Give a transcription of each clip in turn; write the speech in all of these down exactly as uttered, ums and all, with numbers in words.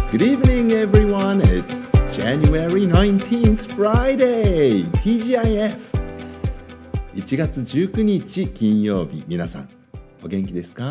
Good evening, everyone. It's January nineteenth, Friday. ティージーアイエフ。いちがつじゅうくにち金曜日。皆さん、お元気ですか？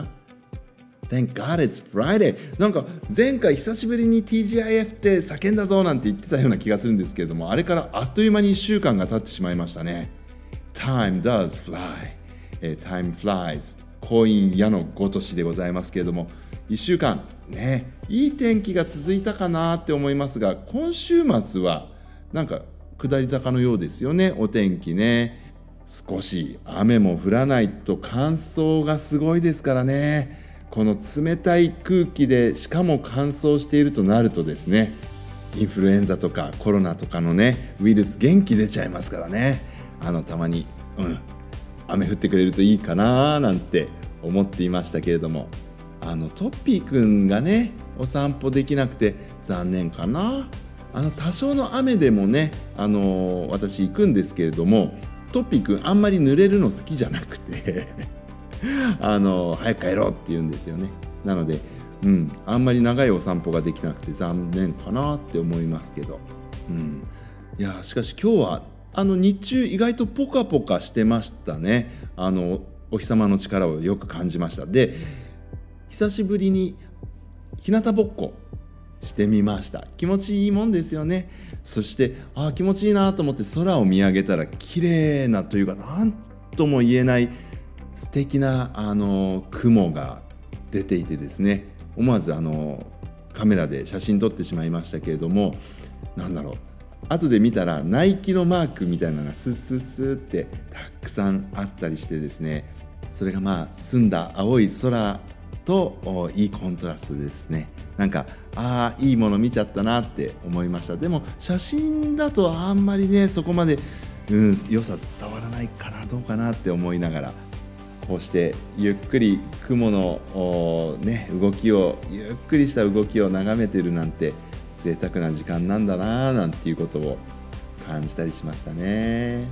Thank God it's Friday. なんか前回久しぶりに ティージーアイエフ って叫んだぞなんて言ってたような気がするんですけれども、あれからあっという間にいっしゅうかんが経ってしまいましたね。Time does fly、えー、Time flies 婚姻矢のごとしでございますけれども、いっしゅうかんね、いい天気が続いたかなって思いますが、今週末はなんか下り坂のようですよね。お天気ね、少し雨も降らないと乾燥がすごいですからね。この冷たい空気でしかも乾燥しているとなるとですね、インフルエンザとかコロナとかのねウイルス元気出ちゃいますからね。あのたまに、うん、雨降ってくれるといいかななんて思っていましたけれども、あのトッピーくんがねお散歩できなくて残念かな。あの多少の雨でもね、あのー、私行くんですけれども、トッピーくんあんまり濡れるの好きじゃなくてあのー、早く帰ろうって言うんですよね。なので、うん、あんまり長いお散歩ができなくて残念かなって思いますけど、うん、いやしかし今日はあの日中意外とポカポカしてましたね。あのお日様の力をよく感じました。で、久しぶりに日向ぼっこしてみました。気持ちいいもんですよね。そしてあ気持ちいいなと思って空を見上げたら綺麗なというか何とも言えない素敵なあの雲が出ていてですね、思わずあのカメラで写真撮ってしまいましたけれども、なんだろう、後で見たらナイキのマークみたいなのがスッスッスーってたくさんあったりしてですね、それがまあ澄んだ青い空といいコントラストですね。なんかああいいもの見ちゃったなって思いました。でも写真だとあんまりねそこまで、うん、良さ伝わらないかな、どうかなって思いながら、こうしてゆっくり雲の、ね、動きをゆっくりした動きを眺めてるなんて贅沢な時間なんだななんていうことを感じたりしましたね。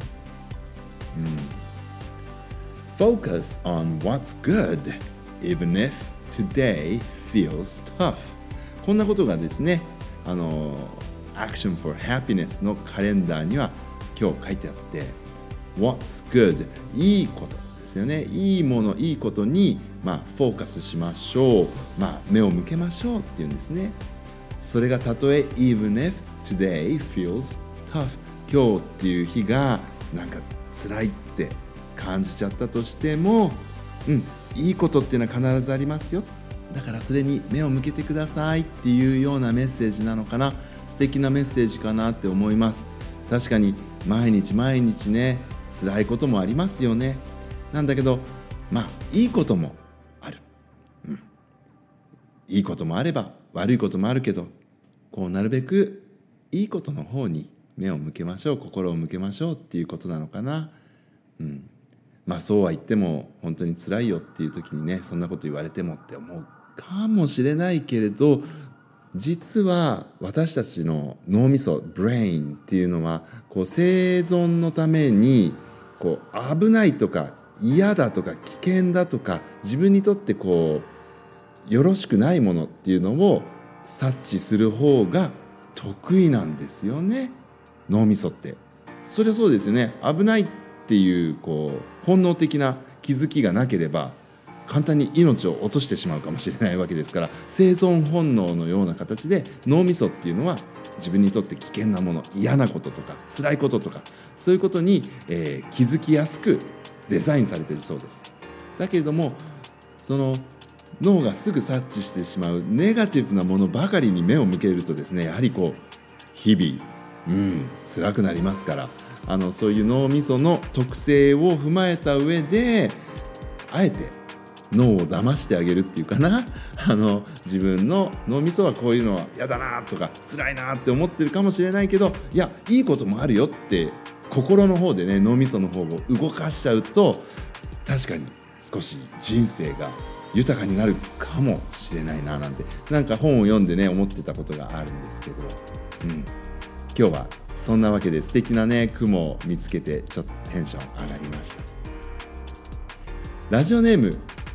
うん、Focus on what's good even if today feels tough。 こんなことがですね、あの Action for Happiness のカレンダーには今日書いてあって、 What's good いいことですよね。いいものいいことに、まあ、フォーカスしましょう、まあ、目を向けましょうっていうんですね。それがたとえ even if today feels tough、 今日っていう日がなんか辛いって感じちゃったとしても、うんいいことっていうのは必ずありますよ。だからそれに目を向けてくださいっていうようなメッセージなのかな。素敵なメッセージかなって思います。確かに毎日毎日ね辛いこともありますよね。なんだけどまあいいこともある、うん、いいこともあれば悪いこともあるけど、こうなるべくいいことの方に目を向けましょう、心を向けましょうっていうことなのかな。うんまあそうは言っても本当に辛いよっていう時にね、そんなこと言われてもって思うかもしれないけれど、実は私たちの脳みそブレインっていうのはこう生存のためにこう危ないとか嫌だとか危険だとか自分にとってこうよろしくないものっていうのを察知する方が得意なんですよね、脳みそって。そりゃそうですよね。危ないっていうこう本能的な気づきがなければ簡単に命を落としてしまうかもしれないわけですから、生存本能のような形で脳みそっていうのは自分にとって危険なもの、嫌なこととか辛いこととかそういうことに、えー、気づきやすくデザインされているそうです。だけれどもその脳がすぐ察知してしまうネガティブなものばかりに目を向けるとですね、やはりこう日々、うん、辛くなりますから、あのそういう脳みその特性を踏まえた上であえて脳を騙してあげるっていうかな、あの自分の脳みそはこういうのは嫌だなとか辛いなって思ってるかもしれないけど、いやいいこともあるよって心の方でね脳みその方を動かしちゃうと、確かに少し人生が豊かになるかもしれないななんて、なんか本を読んでね思ってたことがあるんですけど、うん、今日はそんなわけで素敵なね雲を見つけてちょっとテンション上がりました。ラジオネーム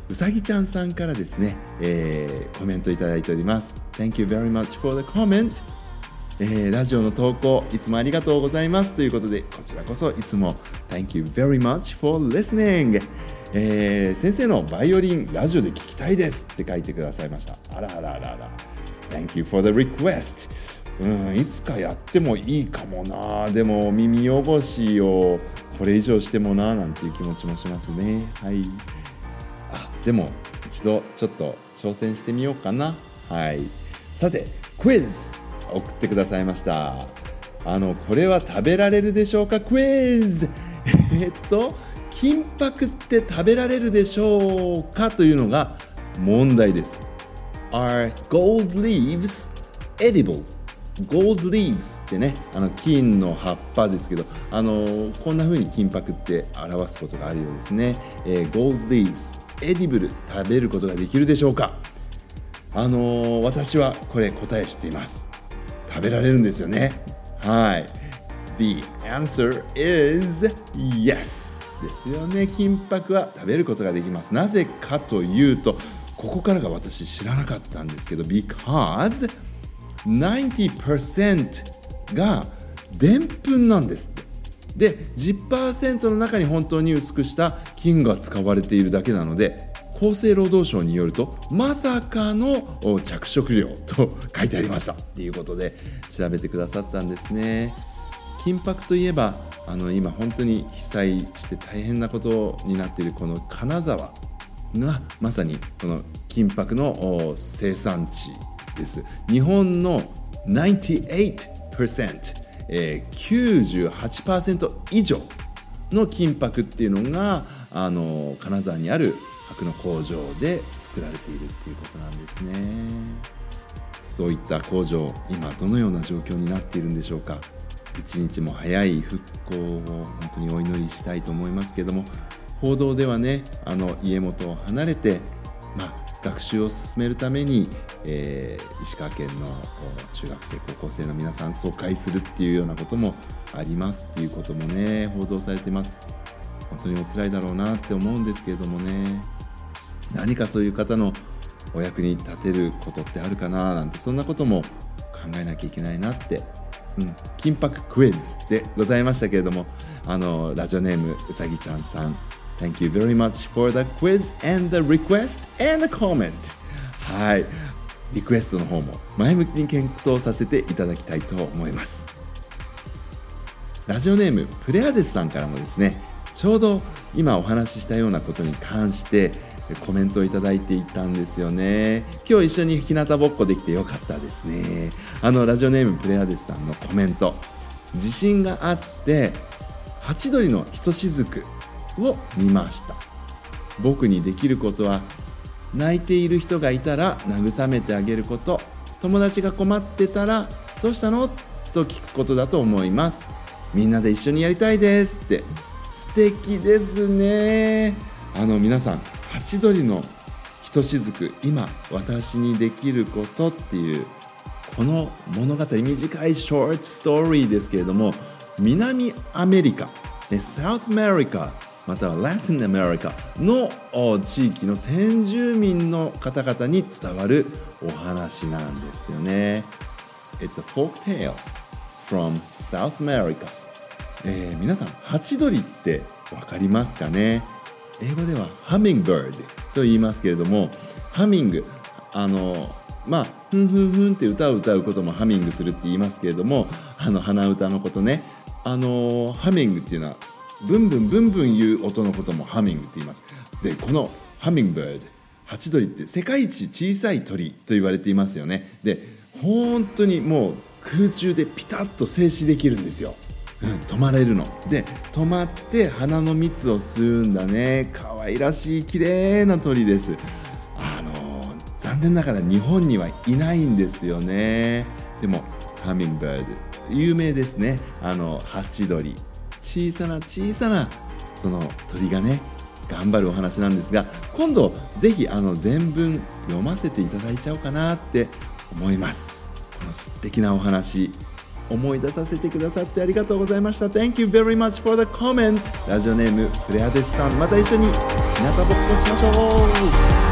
うさぎちゃんさんからですね、えー、コメントいただいております。 Thank you very much for the comment、えー、ラジオの投稿いつもありがとうございますということで、こちらこそいつも Thank you very much for listening、えー、先生のバイオリンラジオで聞きたいですって書いてくださいました。あらあらあらあら Thank you for the request。 うんいつかやってもいいかもな。でも耳汚しをこれ以上してもななんていう気持ちもしますね。はい、あでも一度ちょっと挑戦してみようかな。はい、さてクイズ送ってくださいました。あのこれは食べられるでしょうかクイズえっと金箔って食べられるでしょうかというのが問題です。 Are gold leaves edible? Gold leaves ってね、あの金の葉っぱですけど、あのこんな風に金箔って表すことがあるようですね。えー、Gold leaves edible 食べることができるでしょうか。あのー、私はこれ答え知っています。食べられるんですよね。はい。The answer is yes ですよね。金箔は食べることができます。なぜかというと、ここからが私知らなかったんですけど、because きゅうじゅっパーセント がでんぷんなんですって。で じゅっパーセント の中に本当に薄くした金が使われているだけなので、厚生労働省によるとまさかの着色料と書いてありましたっていうことで調べてくださったんですね。金箔といえばあの今本当に被災して大変なことになっているこの金沢がまさにこの金箔の生産地です。日本のきゅうじゅうはちパーセント、えー、きゅうじゅうはちパーセント 以上の金箔っていうのがあの金沢にある箔の工場で作られているっていうことなんですね。そういった工場、今どのような状況になっているんでしょうか。一日も早い復興を本当にお祈りしたいと思いますけれども、報道ではね、あの家元を離れて、まあ、学習を進めるために、えー、石川県の中学生高校生の皆さん疎開するっていうようなこともありますっていうこともね報道されています。本当にお辛いだろうなって思うんですけれどもね、何かそういう方のお役に立てることってあるかななんて、そんなことも考えなきゃいけないなって、うん、金箔クイズでございましたけれども、あのラジオネームうさぎちゃんさん、 Thank you very much for the quiz and the request and the comment。 はい、リクエストの方も前向きに検討させていただきたいと思います。ラジオネームプレアデスさんからもですね、ちょうど今お話ししたようなことに関してコメントをいただいていたんですよね。今日一緒に日向ぼっこできてよかったですね。あのラジオネームプレアデスさんのコメント、地震があってハチドリのひとしずくを見ました。僕にできることは泣いている人がいたら慰めてあげること、友達が困ってたらどうしたのと聞くことだと思います。みんなで一緒にやりたいですって。素敵ですね。あの皆さん、ハチドリのひとしずく、今私にできることっていうこの物語、短いショートストーリーですけれども、南アメリカ、サウスアメリカまたはラテンアメリカの地域の先住民の方々に伝わるお話なんですよね。 It's a folk tale from South America、えー、皆さんハチドリってわかりますかね。英語ではハミングバードと言いますけれども、ハミング、あのまあふんふんふんって歌を歌うこともハミングするって言いますけれども、あの鼻歌のことね、あのハミングっていうのはブンブンブンブンいう音のこともハミングって言います。で、このハミングバード、ハチドリって世界一小さい鳥と言われていますよね。で、本当にもう空中でピタッと静止できるんですよ。うん、止まれるので、止まって花の蜜を吸うんだね。可愛らしい綺麗な鳥です。あの残念ながら日本にはいないんですよね。でもハミングバード有名ですね。あのハチドリ、小さな小さなその鳥がね頑張るお話なんですが、今度ぜひあの全文読ませていただいちゃおうかなって思います。この素敵なお話思い出させてくださってありがとうございました。 Thank you very much for the comment。 ラジオネームプレアデスさん、また一緒に日ぼっこしましょう。